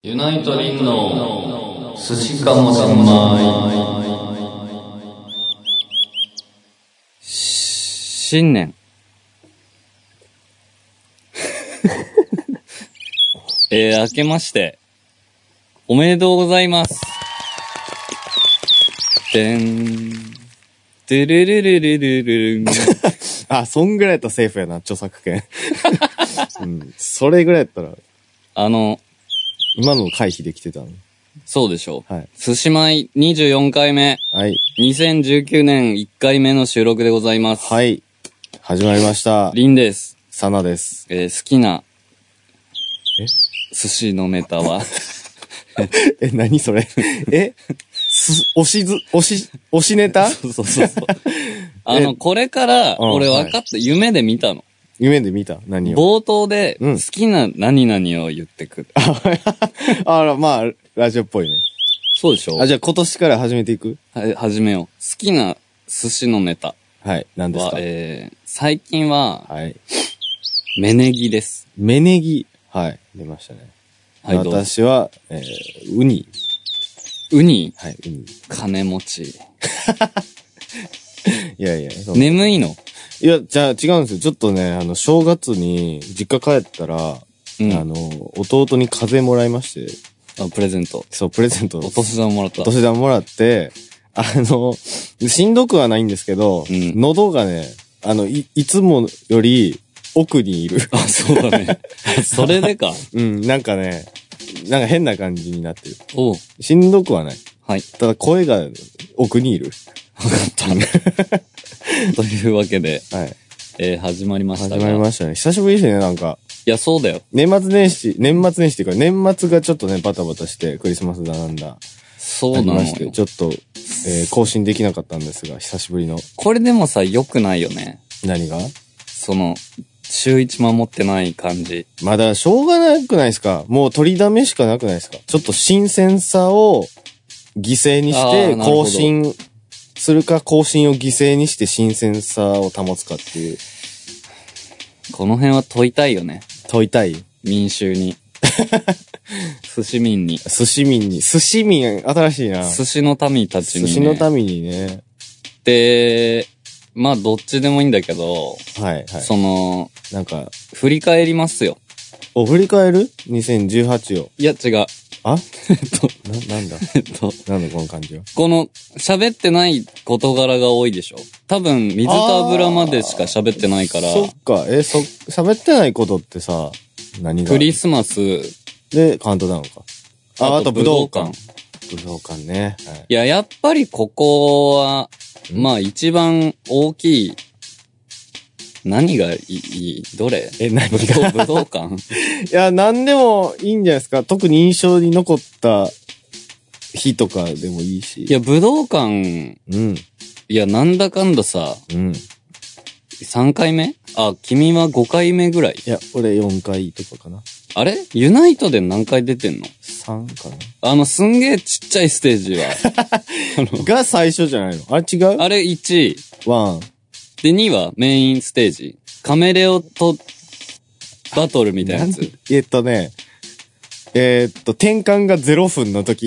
ユナイトリンの寿司かもしんない。新年。明けまして、おめでとうございます。でん。ドゥルルルルルルン。 あ、そんぐらいやったらセーフやな、著作権。うん。それぐらいやったら。今の回避できてたの。 そうでしょう。 はい。 寿司米24回目。 はい。 2019年1回目の収録でございます。 はい。始まりました。 リンです。 サナです。 好きな、寿司のネタは何それ推しネタそうそうそう。これから、俺分かった、夢で見たの。 夢で見た何を冒頭で、好きな何々を言ってくる。 まあ、ラジオっぽいね。 そうでしょ？ じゃあ今年から始めていく？ はい、始めよう。好きな寿司のネタ。 はい、何ですか？ 最近は、 はい。 芽ネギです。 芽ネギ。はい、出ましたね。はい、私は、ウニ。 ウニ？ はい、ウニ。 金持ち。 いやいや。 眠いの？ いや、じゃあ違うんですよ。ちょっとね、正月に実家帰ったら、弟に風邪もらいまして。 プレゼント。 そう、プレゼント。 お年玉もらった。 お年玉もらって、しんどくはないんですけど、喉がね、いつもより奥にいる。 あ、そうだね。それでか。 なんかね、なんか変な感じになってる。 おう。 しんどくはない。 はい。 ただ声が奥にいる。 わかった。というわけで、 はい。 始まりましたが。 始まりましたね。久しぶりですね、なんか。 いや、そうだよ。 年末年始っていうか、年末がちょっとね、バタバタして、クリスマスだなんだ。 そうなのよ。 ちょっと、更新できなかったんですが、久しぶりの。 これでもさ、良くないよね。 何が？ 週一守ってない感じ。 まだ、しょうがなくないですか？もう取りだめしかなくないですか？ちょっと新鮮さを犠牲にして、更新するか、更新を犠牲にして新鮮さを保つかっていう。 この辺は問いたいよね。 問いたい？ 民衆に。寿司民に。 寿司民、新しいな。 寿司の民たちにね。 寿司の民にね。 で、まあ、どっちでもいいんだけど、 はい、はい。なんか、 振り返りますよ。 振り返る ?2018 を。 いや、違う。 なんだなんだこの感じは。 この、喋ってない事柄が多いでしょ。多分、水と油までしか喋ってないから。 そっか、喋ってないことってさ、何が？ クリスマス。 で、カウントダウンか。あと武道館。武道館ね。 はい。いや、やっぱりここは、まあ一番大きい、何がいい？どれ？ 何が？ 武道館？ いや、何でもいいんじゃないですか。特に印象に残った日とかでもいいし。 いや、武道館、いや、なんだかんださ、3回目？君は5回目ぐらい？ いや、俺4回とかかな。 あれ？ユナイトで何回出てんの？ 3 かな。 すんげえちっちゃいステージは。 が最初じゃないの？あれ違う？ あれ1位。 1。 で、2はメインステージ。カメレオとバトルみたいなやつ。 転換が0分の時。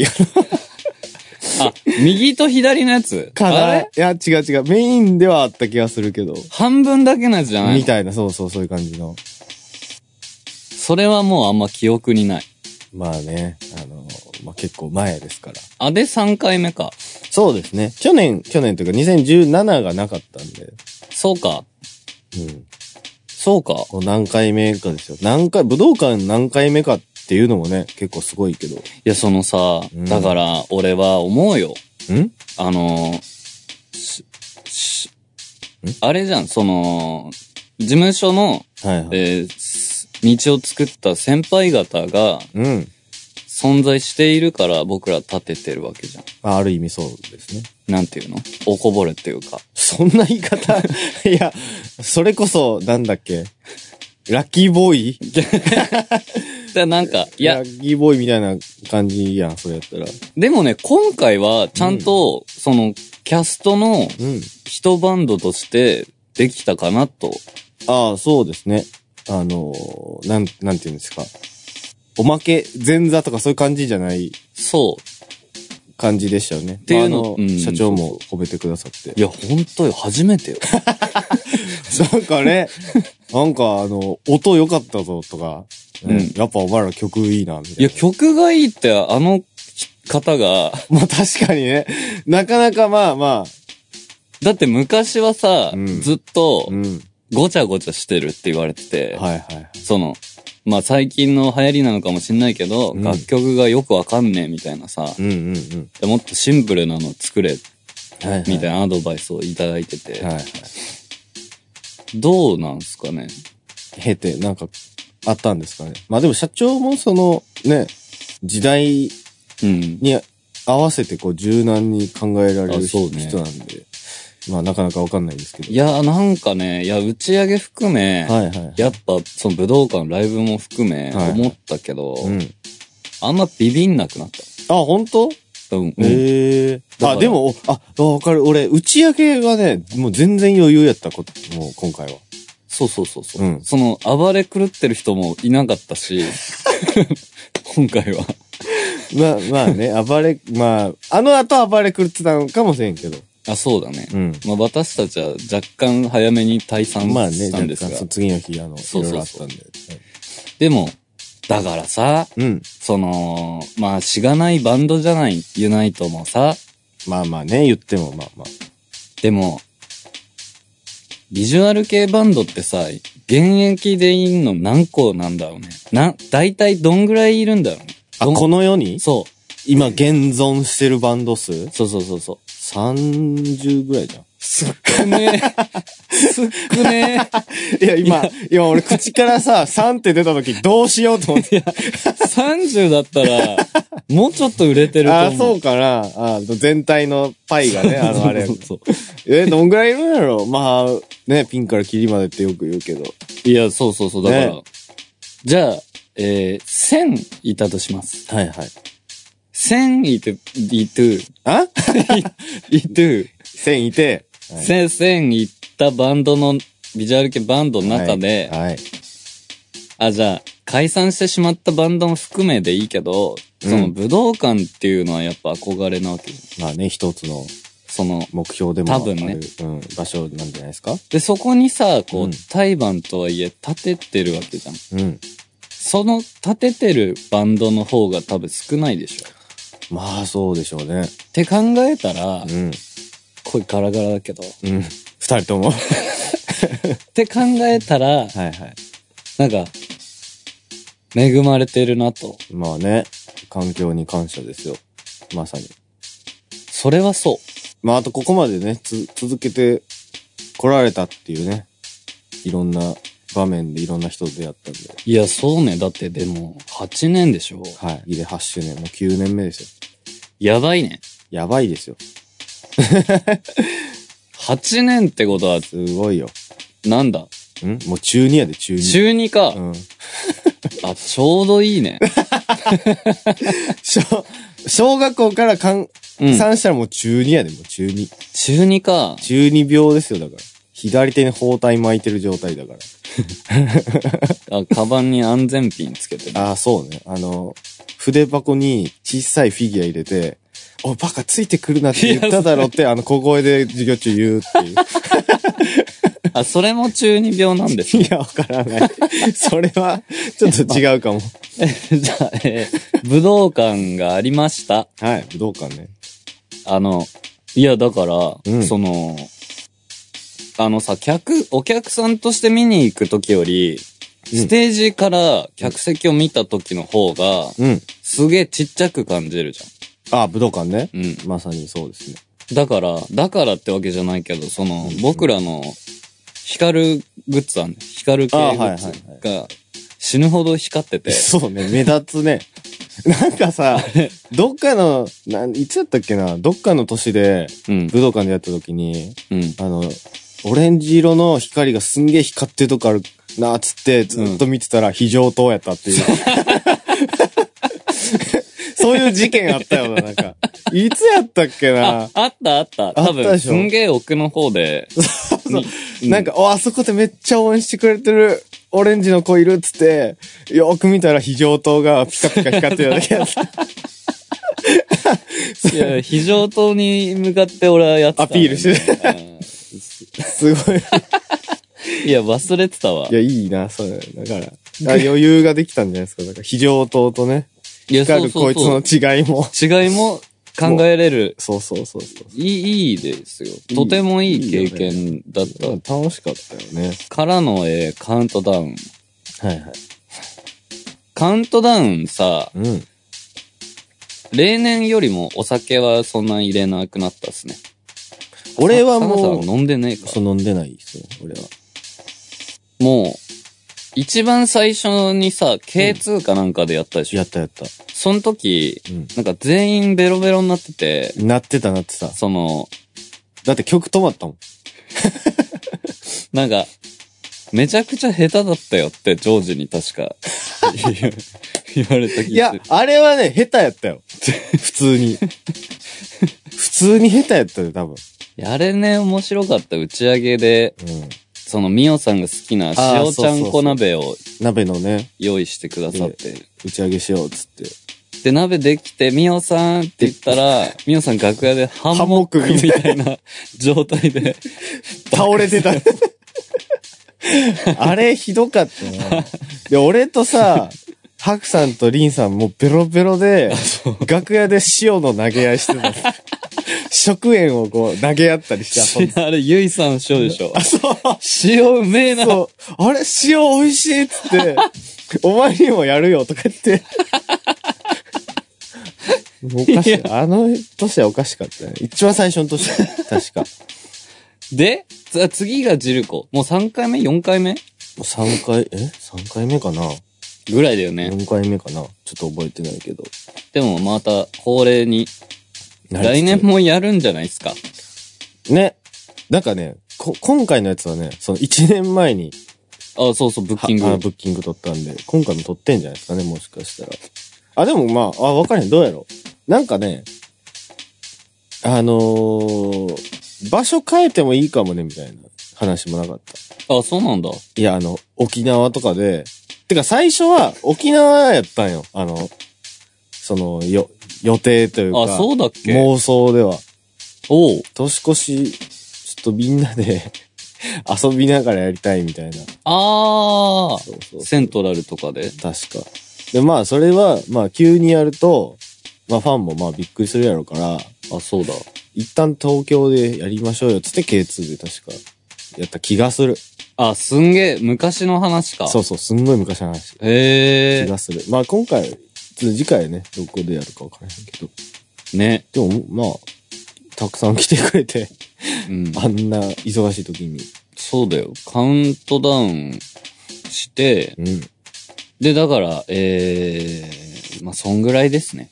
右と左のやつかな？いや、違う。メインではあった気がするけど。 半分だけのやつじゃないの？ みたいな、そういう感じの。 それはもうあんま記憶にない。 まあね、結構前ですから。 で3回目か。 そうですね。去年というか2017がなかったんで。 そうか。そうか。 何回目かですよ。武道館何回目かっていうのもね、結構すごいけど。いや、だから、俺は思うよ。あれじゃん、事務所の、道を作った先輩方が、存在しているから僕ら立ててるわけじゃん。 ある意味そうですね。 なんていうの？おこぼれっていうか。 そんな言い方いや、それこそ、なんだっけ？ラッキーボーイなんか、いや。 ラッキーボーイみたいな感じやん、それやったら。 でもね、今回は、ちゃんと、キャストの、一バンドとして、できたかなと。 そうですね。なんていうんですか。 おまけ、前座とかそういう感じじゃない。 そう。 感じでしたよね。 っていうの、 社長も褒めてくださって。 いや、ほんとよ、初めてよ。 なんかね、なんか音良かったぞとか、やっぱお前ら曲いいな、みたいな。 いや、曲がいいって、方が。 まあ確かにね、なかなかまあ。 だって昔はさ、ずっと、ごちゃごちゃしてるって言われてて、まあ最近の流行りなのかもしんないけど、楽曲がよくわかんねえみたいなさ、もっとシンプルなの作れ、みたいなアドバイスをいただいてて、どうなんすかね。 経て、なんか、あったんですかね。まあでも社長も時代に合わせてこう柔軟に考えられる人なんで、まあなかなかわかんないんですけど。 いや、なんかね、打ち上げ含め、やっぱその武道館ライブも含め、思ったけど、あんまビビんなくなった。 あ、本当？あ、でも、わかる。俺、打ち上げがね、もう全然余裕やったもう今回は。 そう。その、暴れ狂ってる人もいなかったし、今回は。 まあね、あの後暴れ狂ってたのかもしれんけど。 あ、そうだね。まあ私たちは若干早めに退散したんですが。 まあね、次の日、いろいろあったんで。 でも、だからさ、まあ、しがないバンドじゃない、ユナイトもさ。 まあね、言ってもまあ。 でも、ビジュアル系バンドってさ、現役でいんの何個なんだろうね。だいたいどんぐらいいるんだろうね。 この世に？ そう。 今現存してるバンド数？ そう。 30ぐらいじゃん。 すっくねいや、今俺口からさ、3って出た時どうしようと思って。 30だったら、もうちょっと売れてると思う。 そうかな。全体のパイがね、あれ。どんぐらいいるんやろ？まあ、ね、ピンからキリまでってよく言うけど。 いや、そう。だから、じゃあ、1000いたとします。 はい。 1000いて、 1000いて、 1000いったバンドの、ビジュアル系バンドの中で、じゃあ、解散してしまったバンドも含めでいいけど、その武道館っていうのはやっぱ憧れなわけじゃん。 まあね、一つの、目標でも多分ね、 場所なんじゃないですか？ で、そこにさ、対バンとはいえ立ててるわけじゃん。その立ててるバンドの方が多分少ないでしょ。 まあ、そうでしょうね。 って考えたら、声ガラガラだけど。 二人とも。 って考えたら、なんか、恵まれてるなと。 まあね、環境に感謝ですよ。まさに。 それはそう。 まあ、あとここまでね、続けて来られたっていうね、いろんな場面でいろんな人と出会ったんで。 いや、そうね。だってでも、8年でしょ？ はい。で、8周年。もう9年目ですよ。 やばいね。 やばいですよ。 8年ってことは、 すごいよ。 なんだ？ もう中2やで、中2。 中2か。ちょうどいいね。 小学校から算したらもう中2やで、もう中2。 中2か。 中2病ですよ、だから。左手に包帯巻いてる状態だから。 カバンに安全ピンつけてる。 そうね。筆箱に小さいフィギュア入れて、おい、バカついてくるなって言っただろって、小声で授業中言うっていう。 それも中二病なんですか？いや、わからない。それは、ちょっと違うかも。 じゃあ、武道館がありました。 はい、武道館ね。 いや、だから、お客さんとして見に行くときより、ステージから客席を見たときの方が、すげえちっちゃく感じるじゃん。武道館ね。まさにそうですね。 だからってわけじゃないけど、僕らの、光グッズはね、光系グッズが死ぬほど光ってて。 そうね、目立つね。なんかさ、どっかの、いつやったっけな、どっかの年で、武道館でやった時に、オレンジ色の光がすんげえ光ってるとこあるなーつってずっと見てたら非常灯やったっていう。そういう事件あったよな、なんか。いつやったっけな。 あった。多分、すんげえ奥の方で。 なんか、あそこでめっちゃ応援してくれてるオレンジの子いるっつって、よーく見たら非常灯がピカピカ光ってるだけやった。 いや、非常灯に向かって俺はやってた、 アピールしてた。すごい。 いや、忘れてたわ。 いや、いいな、それ。だから、余裕ができたんじゃないですか。だから、非常灯とね、光るこいつの違いも。 違いも考えれる。 そうそうそう。 いいですよ。とてもいい経験だった。 楽しかったよね。 からの、カウントダウン。 はいはい。 カウントダウンさ、 うん。 例年よりもお酒はそんな入れなくなったっすね。 俺はもう、 サナさん飲んでねえか。 そう、飲んでないですよ、俺は。 もう、一番最初にさ、K2 かなんかでやったでしょ。 やった。 その時、なんか全員ベロベロになってて。 なってた。 その、 だって曲止まったもん。 なんか、めちゃくちゃ下手だったよって、ジョージに確か、言われた気がする。 いや、あれはね、下手やったよ。普通に。普通に下手やったよ、多分。 あれね、面白かった。打ち上げで、その、ミオさんが好きな塩ちゃんこ鍋を、 鍋のね、 用意してくださって。 打ち上げしよう、つって。 で、鍋できて、ミオさんって言ったら、ミオさん楽屋でハンモックみたいな状態で、 倒れてた。あれ、ひどかったな。で、俺とさ、ハクさんとリンさんもうベロベロで、楽屋で塩の投げ合いしてた。食塩をこう投げ合ったりした。 あれ、ゆいさんの塩でしょ。 あ、そう。 塩うめえな。 そう。あれ、塩美味しいっつって、お前にもやるよとか言って。おかしい。あの年はおかしかったね。一番最初の年。確か。 で、次がジルコ。もう3回目 ?4 回目 ?3 回、3回目かなぐらいだよね。 4回目かなちょっと覚えてないけど。 でもまた恒例に、来年もやるんじゃないですか。 ね。なんかね、今回のやつはね、その1年前に。 あ、そうそう、ブッキング。 ブッキング取ったんで、今回も取ってんじゃないですかね、もしかしたら。あ、でもまあ、わかんへん、どうやろう。なんかね、場所変えてもいいかもね、みたいな話もなかった。 あ、そうなんだ。 いや、沖縄とかで、てか最初は沖縄やったんよ。予定というか。 あ、そうだっけ？ 妄想では。 おう。 年越し、ちょっとみんなで遊びながらやりたいみたいな。 そうセントラルとかで。 確か。で、まあ、それは、まあ、急にやると、まあ、ファンもまあ、びっくりするやろうから。 あ、そうだ。 一旦東京でやりましょうよ、つって K2 で確か、やった気がする。 あ、すんげえ、昔の話か。 そうそう、すんごい昔の話。 へえ。 気がする。まあ、今回、次回ね、どこでやるかわからへんけど。 ね。 でも、まあ、たくさん来てくれて、あんな忙しい時に。 そうだよ。カウントダウンして、で、だから、まあ、そんぐらいですね。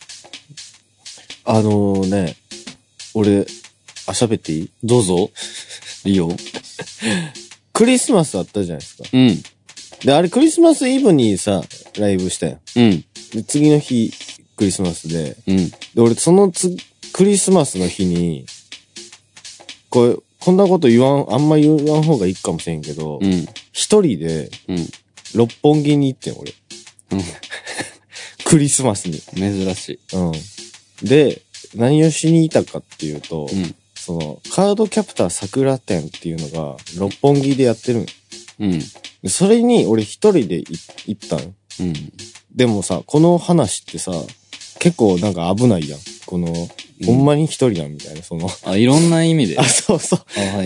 ね、俺、喋っていい？ どうぞ。いいよ。 クリスマスあったじゃないですか。 うん。 で、あれクリスマスイブにさ、ライブしたやん。 うん。 で、次の日、クリスマスで。 うん。 で、俺、クリスマスの日に、こんなことあんま言わん方がいいかもしれんけど、一人で、六本木に行ってん、俺。クリスマスに。 珍しい。 で、何をしにいたかっていうと、カードキャプター桜店っていうのが、六本木でやってるん。でそれに、俺一人で行ったん。でもさ、この話ってさ、結構なんか危ないやん。ほんまに一人やんみたいな、 あ、いろんな意味で。 そうそう。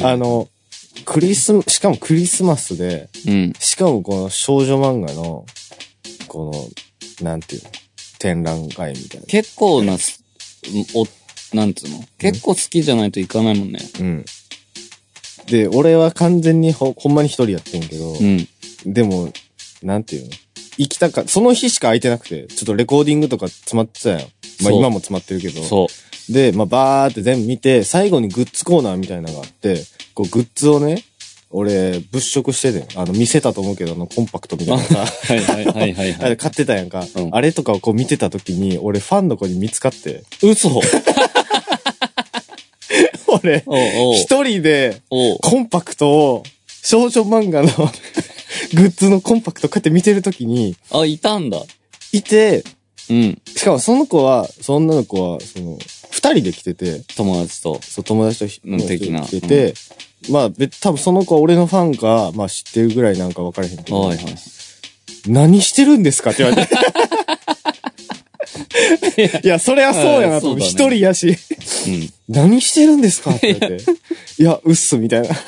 しかもクリスマスで、しかもこの少女漫画の、なんていうの、展覧会みたいな。 結構な、なんつうの、結構好きじゃないといかないもんね。 で、俺は完全にほんまに一人やってんけど、でも、なんていうの、その日しか空いてなくて、ちょっとレコーディングとか詰まってたやん。まあ今も詰まってるけど。 そう。 で、まあバーって全部見て、最後にグッズコーナーみたいなのがあって、グッズをね、俺、物色してて、見せたと思うけど、コンパクトみたいなさ。はい。買ってたやんか。あれとかを見てた時に、俺ファンの子に見つかって。 嘘俺、一人で、コンパクトを、少女漫画のグッズのコンパクトこうやって見てるときに、 あ、いたんだ。 いて、 うん。 しかもその子は、女の子は、二人で来てて、 友達と。 そう、友達と的な。 来てて、まあ、多分その子は俺のファンか、まあ知ってるぐらいなんか分からへんけど、 はいはい。 何してるんですかって言われて。いや、それはそうやなと思って、一人やし、 うん。 何してるんですかって言われて、いや、うっす、みたいな。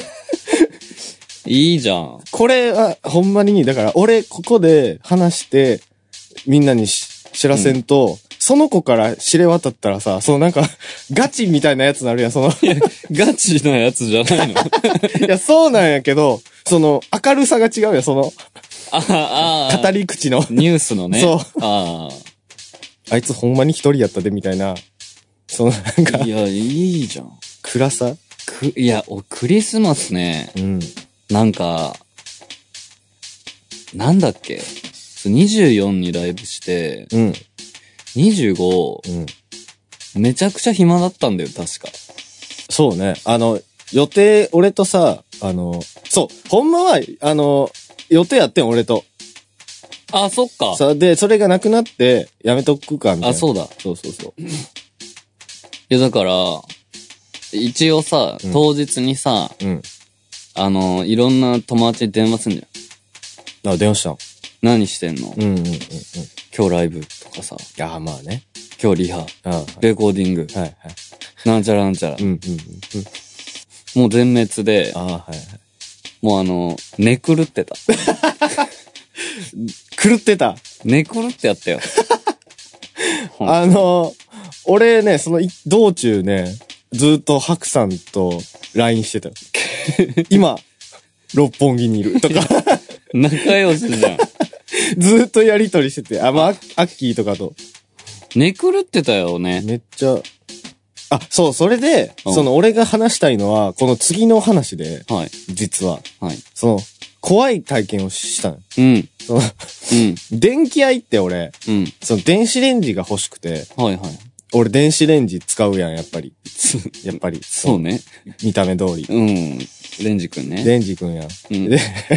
いいじゃん。 これは、ほんまに、だから、俺、ここで話して、みんなに知らせんと、その子から知れ渡ったらさ、なんか、ガチみたいなやつなるやん、 ガチなやつじゃないのいや、そうなんやけど、明るさが違うよ、語り口の。 ニュースのね。 そう。 あいつほんまに一人やったで、みたいな。なんか。 いや、いいじゃん。 暗さいや、クリスマスね。 うん。 なんか、なんだっけ ?24 にライブして、 うん。 25、 うん。 めちゃくちゃ暇だったんだよ、確か。 そうね。予定、俺とさ、そう、ほんまは、予定やってん、俺と。 あ、そっか。 で、それがなくなって、やめとくか、みたいな。 あ、そうだ。そうそうそう。いや、だから、一応さ、当日にさ、 うん。 いろんな友達に電話すんじゃん。 電話したん。 何してんの？ うんうんうんうん。 今日ライブとかさ。 いや、まあね。 今日リハ。 はい、 レコーディング。 はいはい。 なんちゃらなんちゃら。 うんうんうん。 もう全滅で、 はいはい。 もう寝狂ってた。 狂ってた。 寝狂ってやったよ。 俺ね、道中ね、ずっと白さんと LINE してたよ。今、六本木にいるとか。 仲良しじゃん。 ずっとやりとりしてて。アッキーとかと。 寝狂ってたよね。 めっちゃ。そう、それで、俺が話したいのは、この次の話で、 はい。 実は。 はい。 怖い体験をしたの。 うん。 電気屋行って俺、 うん。 電子レンジが欲しくて、 はいはい。 俺電子レンジ使うやん、やっぱり。やっぱり。 そうね。 見た目通り。 うん。レンジくんね。 レンジくんやん。 うん。 で、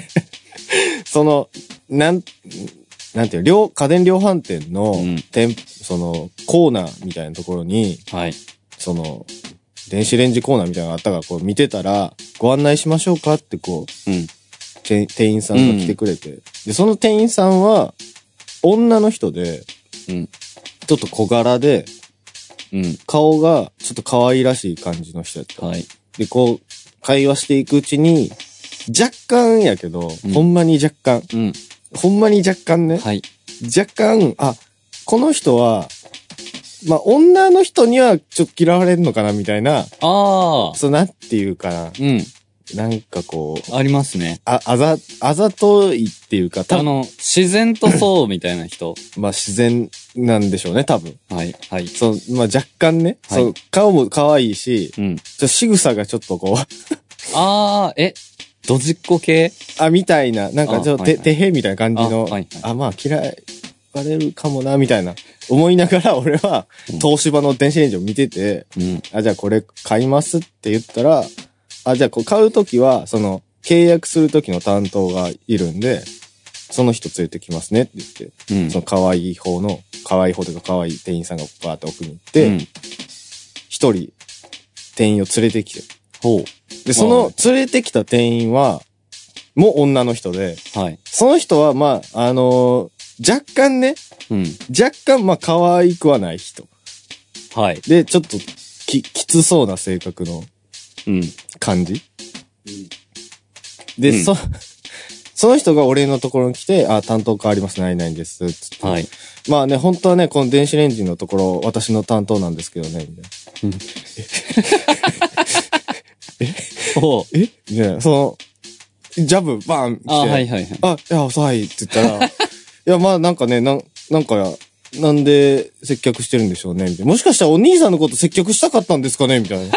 なんていう、家電量販店の、コーナーみたいなところに、 はい。 電子レンジコーナーみたいなのがあったから、こう見てたら、ご案内しましょうかってこう、 うん。 店員さんが来てくれて、で、その店員さんは、女の人で、 うん。 ちょっと小柄で、 うん。 顔がちょっと可愛らしい感じの人やった。 はい。 で、こう、会話していくうちに、若干やけど、ほんまに若干。 うん。 ほんまに若干ね。 はい。 若干、この人は、まあ、女の人にはちょっと嫌われるのかなみたいな。なんていうかな。 うん。 なんかこう。 ありますね。 あざといっていうか、 自然とそうみたいな人。 まあ、自然なんでしょうね、多分。 はい、はい。 まあ、若干ね。 はい、 顔も可愛いし、 うん。 仕草がちょっとこう。 ドジっ子系みたいな。なんかちょっとてへみたいな感じの。 はいはい、 まあ、嫌われるかもな、みたいな。思いながら、俺は、東芝の電子レンジを見てて、 うん。 じゃあこれ買いますって言ったら、じゃあこう買うときは、契約するときの担当がいるんで、その人連れてきますねって言って、 うん。 可愛い方というか可愛い店員さんがバーって奥に行って、一人、店員を連れてきて。 ほう。 で、連れてきた店員は、もう女の人で、 はい。 その人は、まあ、若干ね、 うん。 若干、まあ、可愛くはない人。 はい。 で、ちょっと、きつそうな性格の、 うん。 感じ、うん、で、うん、その人が俺のところに来て、担当変わります、何々です、つって。 はい。 まあね、本当はね、この電子レンジのところ、私の担当なんですけどね、みたいな。うん、みたいな、ジャブ、バーン来て。 はいはいはい。 はい、って言ったら、いや、まあなんかね、なんで接客してるんでしょうねみたいな。もしかしたらお兄さんのこと接客したかったんですかねみたいな。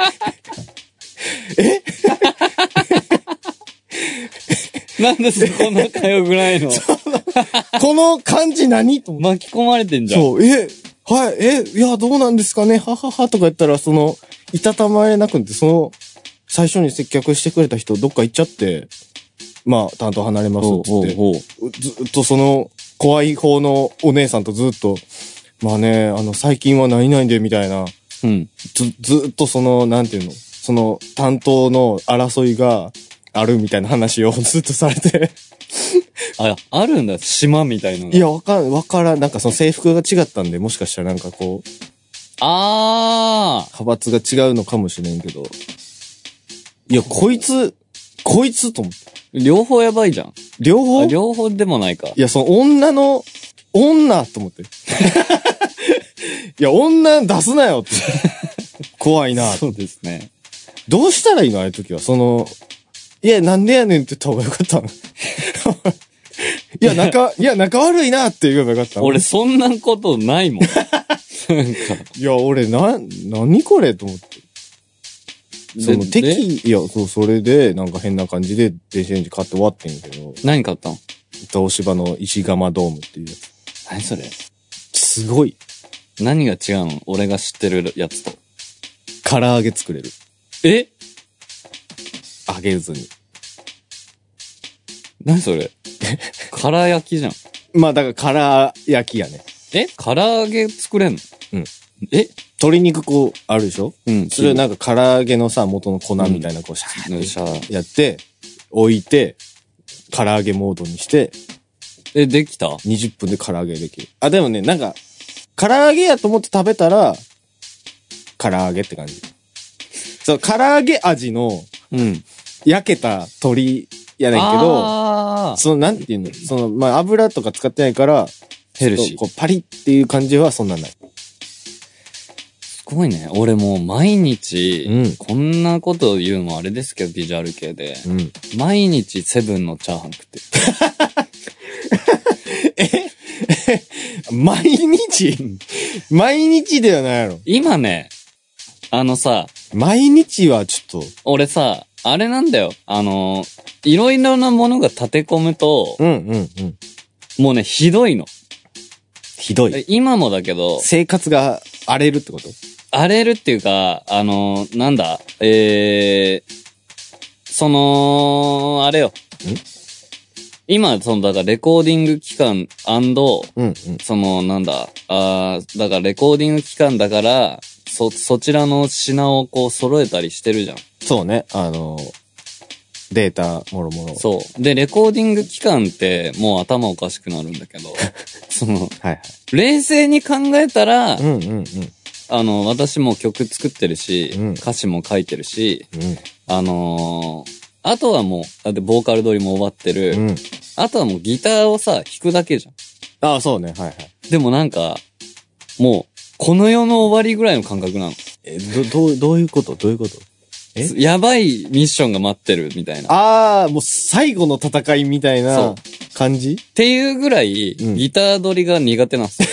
なんでそこ仲良くないのこの感じ何と巻き込まれてんじゃん。 そう、はい、いや、どうなんですかねはははとか言ったら、いたたまれなくて、最初に接客してくれた人どっか行っちゃって、 まあ、担当離れますって言って、ずっとその、怖い方のお姉さんとずっと、まあね、最近は何々で、みたいな、 うん。 ずっとその、なんていうの、その、担当の争いがあるみたいな話をずっとされて。 あるんだ、島みたいなの。 いや、わからん、なんかその制服が違ったんで、もしかしたらなんかこう、派閥が違うのかもしれんけど。いや、こいつと思って。 両方やばいじゃん。両方でもないか。 いや、その女と思って。いや、女出すなよって。怖いな。 そうですね。 どうしたらいいのああいう時は。いや、なんでやねんって言った方がよかったの。いや、仲悪いなって言えばよかったの。 俺、そんなことないもん。なんか。 いや、俺、何これと思って。それで、なんか変な感じで電子レンジ買って終わってんけど。 何買ったの？ 東芝の石窯ドームっていうやつ。 何それ？ すごい。 何が違うの？俺が知ってるやつと。 唐揚げ作れる。 え？ 揚げずに。 何それ？唐焼きじゃん。 まあ、だから唐焼きやね。 唐揚げ作れんの？ うん。鶏肉こう、あるでしょ？うん。それなんか唐揚げのさ、元の粉みたいなこう、シャーってやって、置いて、唐揚げモードにして。 できた？ 20 分で唐揚げできる。あ、でもね、なんか、唐揚げやと思って食べたら、唐揚げって感じ。そう、唐揚げ味の、焼けた鶏やねんけど、なんていうの？まあ、油とか使ってないから、 ヘルシー。 こうパリっていう感じはそんなない。 すごいね。俺もう毎日、こんなことを言うのもあれですけど、ビジュアル系で。毎日セブンのチャーハン食ってる。毎日ではないやろ。 今ね、 毎日はちょっと。 俺さ、あれなんだよ。いろいろなものが立て込むと、もうね、ひどいの。 ひどい。 今もだけど。 生活が荒れるってこと？ 荒れるっていうか、なんだ、あれよ。今、だからレコーディング期間&、なんだ、だからレコーディング期間だから、そちらの品をこう揃えたりしてるじゃん。 そうね。データ、もろもろ。 そう。で、レコーディング期間ってもう頭おかしくなるんだけど、 はいはい。 冷静に考えたら、私も曲作ってるし、歌詞も書いてるし、あとはもう、だってボーカル撮りも終わってる、あとはもうギターをさ、弾くだけじゃん。 ああ、そうね。はいはい。 でもなんか、もう、この世の終わりぐらいの感覚なの。 どういうこと？ やばいミッションが待ってるみたいな。 ああ、もう最後の戦いみたいな感じ？ っていうぐらい、ギター撮りが苦手なんですよ。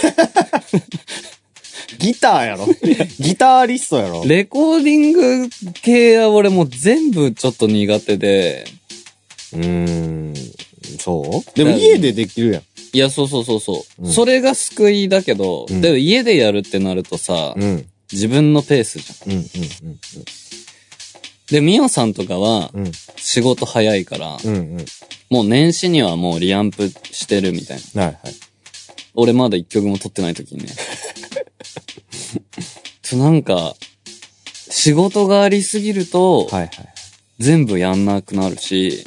ギターやろ？ギタリストやろ？ レコーディング系は俺もう全部ちょっと苦手で。 そう？でも家でできるやん。 いや、そう。それが救いだけど、でも家でやるってなるとさ、自分のペースじゃん。で、ミオさんとかは、仕事早いから、もう年始にはもうリアンプしてるみたいな。はいはい。俺まだ一曲も撮ってない時にね。なんか、仕事がありすぎると、全部やんなくなるし、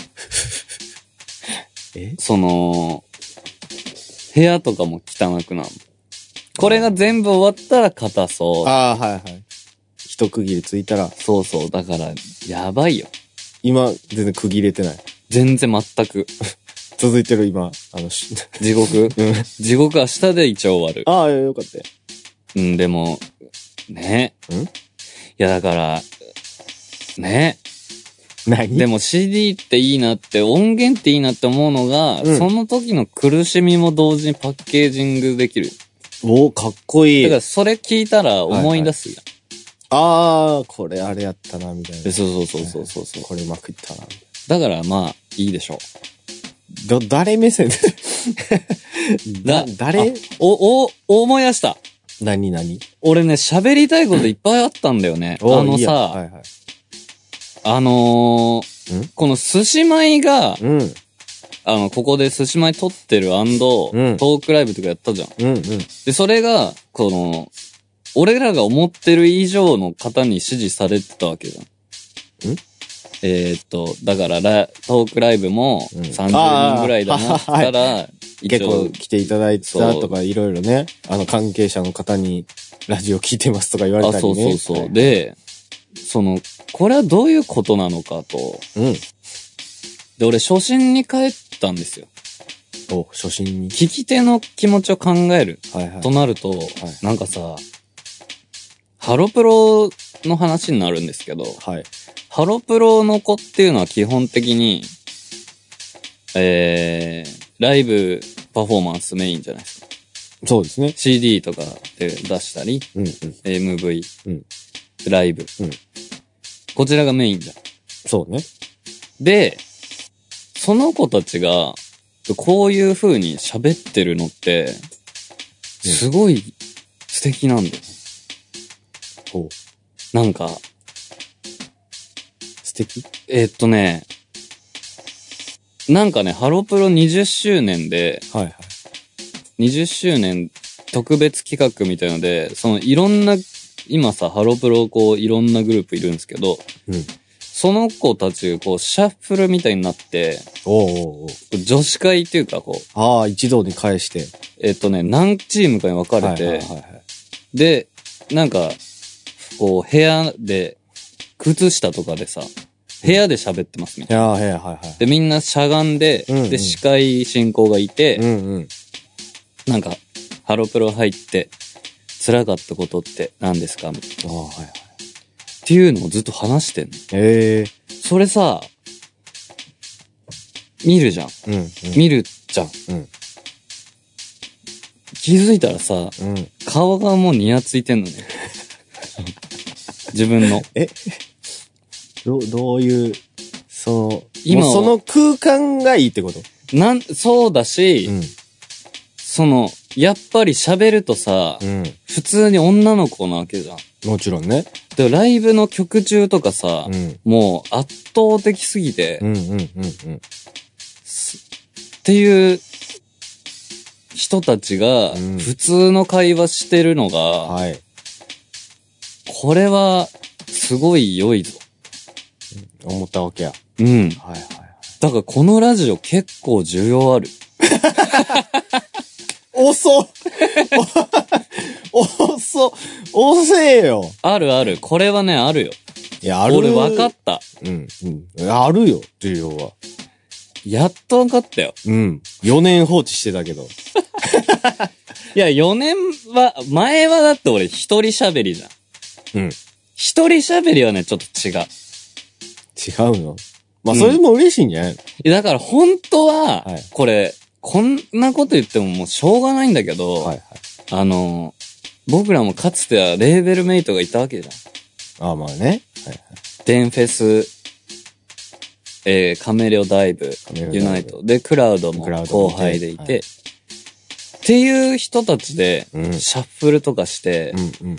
部屋とかも汚くなる。これが全部終わったら硬そう。 ああ、はいはい。一区切りついたら。 そう。だから、やばいよ。 今、全然区切れてない。 全然全く。 続いてる今、 地獄地獄明日で一応終わる。 ああ、よかったよ。 でも、ね。いや、だから、ね。 何？ でも CD っていいなって、音源っていいなって思うのが、その時の苦しみも同時にパッケージングできる。 おー、かっこいい。 だからそれ聞いたら思い出すやん。 ああ、これあれやったな、みたいな。 そう。 これうまくいったな。 だからまあ、いいでしょう。 誰目線で誰？ 思い出した。 何？ 俺ね、喋りたいこといっぱいあったんだよね。 この寿司米が、 うん。 ここで寿司米撮ってる&、トークライブとかやったじゃん。 うん。 で、それが、俺らが思ってる以上の方に支持されてたわけじゃん。だからトークライブも30人ぐらいだなったら、 結構来ていただいてたとかいろいろね、関係者の方にラジオ聞いてますとか言われたりね。 そう。で、これはどういうことなのかと。で、俺初心に帰ったんですよ。 初心に。 聞き手の気持ちを考える。となると、なんかさ、ハロプロの話になるんですけど、ハロプロの子っていうのは基本的に、ライブパフォーマンスメインじゃないですか。 そうですね。 CD とかで出したり、MV、ライブ、こちらがメインじゃん。 そうね。 で、その子たちが、こういう風に喋ってるのって、すごい素敵なんだよ。なんか、 素敵？ なんかね、ハロプロ20周年で、20周年特別企画みたいので、いろんな、今さ、ハロプロいろんなグループいるんですけど、その子たちがシャッフルみたいになって、女子会っていうか一堂に返して。 何チームかに分かれて、で、なんか、部屋で、靴下とかでさ、部屋で喋ってますみたいな。で、みんなしゃがんで、で、司会進行がいて、なんか、ハロプロ入って、辛かったことって何ですかみたいな。っていうのをずっと話してんの。それさ、見るじゃん。見るじゃん。気づいたらさ、顔がもうニヤついてんのね。自分の。 どういう、今その空間がいいってこと？ そうだし、やっぱり喋るとさ、普通に女の子なわけじゃん。 もちろんね。 で、ライブの曲中とかさ、もう圧倒的すぎて、っていう人たちが普通の会話してるのが、これはすごい良いぞ。 思ったわけや。 だからこのラジオ結構需要ある。 遅えよ。 ある。これはね、あるよ。 いや、ある。 俺分かった。 あるよ、需要は。 やっと分かったよ。 4年放置してたけど。 いや、4年は、前はだって俺一人喋りじゃん。一人喋りはね、ちょっと違う。 違うの？まあ、それでも嬉しいんじゃないの？ だから本当は、これ、こんなこと言ってももうしょうがないんだけど、僕らもかつてはレーベルメイトがいたわけじゃん。 まあね。 デンフェス、カメレオダイブ、ユナイト、で、クラウドも後輩でいて、っていう人たちで、シャッフルとかして、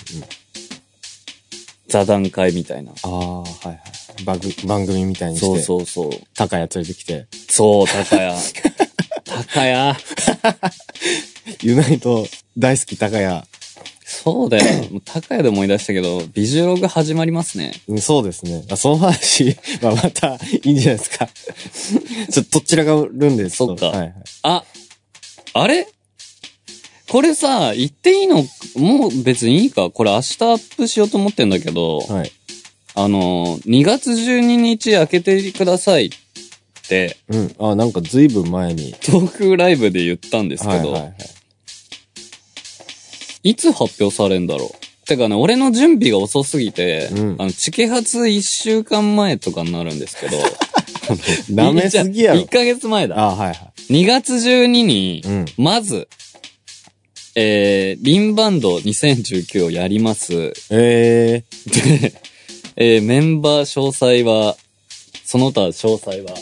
座談会みたいな。 番組みたいにして。 そう。 高谷連れてきて。 そう、高谷。高谷。 ユナイト大好き高谷。 そうだよ。もう高谷で思い出したけど、ビジュログ始まりますね。 そうですね。その話はまたいいんじゃないですか。ちょっとどちらがるんです。 そっか。あれこれさ、言っていいの？もう別にいいか。これ明日アップしようと思ってんだけど、2月12日開けてくださいって、 なんかずいぶん前に。 トークライブで言ったんですけど、いつ発表されんだろう。てかね、俺の準備が遅すぎて、チケ発1週間前とかになるんですけど、 舐めすぎやろ。 1ヶ月前だ。2月12に、まず、リンバンド2019をやります。で、メンバー詳細は、その他詳細は、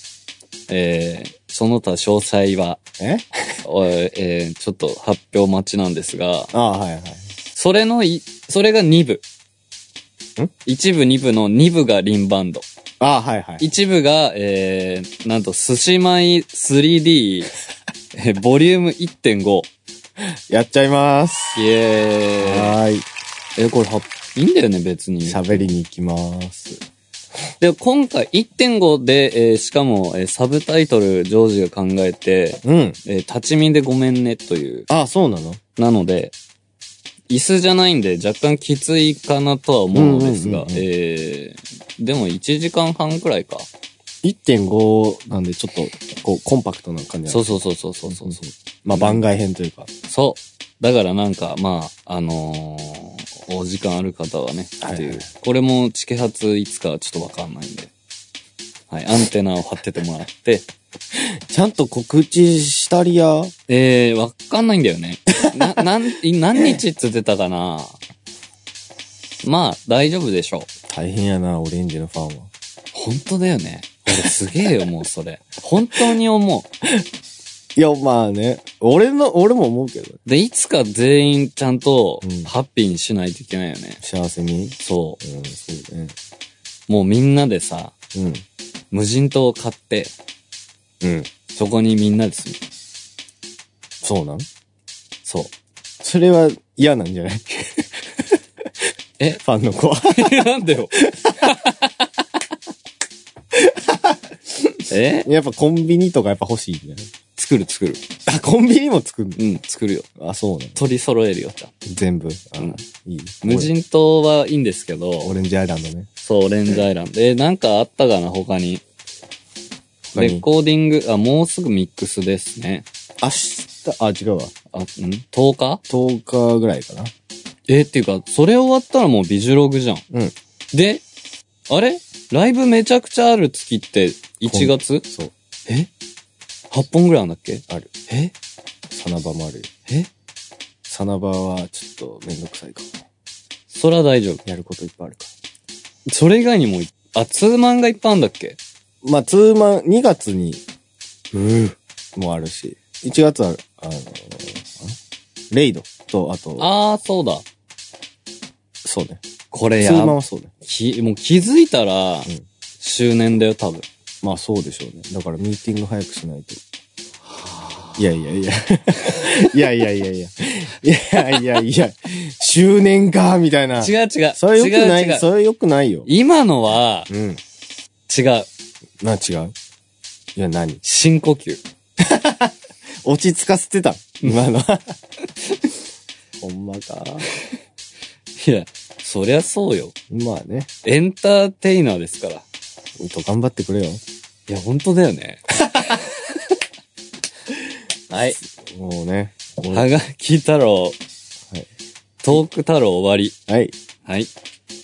ちょっと発表待ちなんですが、それが2部。1部2部の2部がリンバンド。 あ、はいはい。 一部が、なんと、寿司米 3D、ボリューム 1.5。 やっちゃいます。 イエーイ。 はーい。 これいいんだよね、別に。 喋りに行きます。 で、今回 1.5 で、しかも、サブタイトル、ジョージが考えて、 うん。 立ち見でごめんね、という。 あ、そうなの？ なので、椅子じゃないんで若干きついかなとは思うのですが、でも1時間半くらいか。 1.5 なんでちょっと、こう、コンパクトな感じ。 そう。 まあ、番外編というか。 そう。だからなんか、まあ、お時間ある方はね、っていう。これもチケ発いつかはちょっとわかんないんで。はい、アンテナを張っててもらって。 ちゃんと告知したりや。 わかんないんだよね。何日っつってたかな。まあ、大丈夫でしょう。 大変やな、オレンジのファンは。 本当だよね。俺すげえよ、もうそれ。本当に思う。 いや、まあね。俺も思うけど。 で、いつか全員ちゃんと、ハッピーにしないといけないよね。 幸せに。 そう。 そうね。 もうみんなでさ、無人島を買って、そこにみんなで住む。 そうなん？ そう。 それは嫌なんじゃない？ファンの子は。 なんでよ。 やっぱコンビニとかやっぱ欲しいんじゃない？ 作る。 あ、コンビニも作るの？ うん、作るよ。 あ、そうね。 取り揃えるよ、じゃん。 全部。いい。 無人島はいいんですけど。 オレンジアイランドね。 そう、オレンジアイランド。なんかあったかな、他に。レコーディング、もうすぐミックスですね。 明日、違うわ。 10日 ?10 日ぐらいかな。 っていうか、それ終わったらもうビジュログじゃん。で、あれライブめちゃくちゃある月って1月？ そう。 8本ぐらいあんだっけ？ ある。サナバもあるよ。サナバはちょっとめんどくさいかもね。 それは大丈夫。 やることいっぱいあるから。 それ以外にも、ツーマンがいっぱいあんだっけ？ まあ、ツーマン、2月に、もあるし、1月は、レイドと、あと、 そうだ。 そうね。 これツーマンはそうね。 もう気づいたら、周年だよ、多分。 まあそうでしょうね。だからミーティング早くしないと。いや。周年か、みたいな。 違う。 それ良くない。それ良くないよ。 今のは、違う。 違う？いや、何？ 深呼吸。 落ち着かせてた。今のは。ほんまか。 いや、そりゃそうよ。 まあね。 エンターテイナーですから。 頑張ってくれよ。 いや、本当だよね。はい。 もうね。 はがき太郎。はい。トーク太郎終わり。 はい。 はい。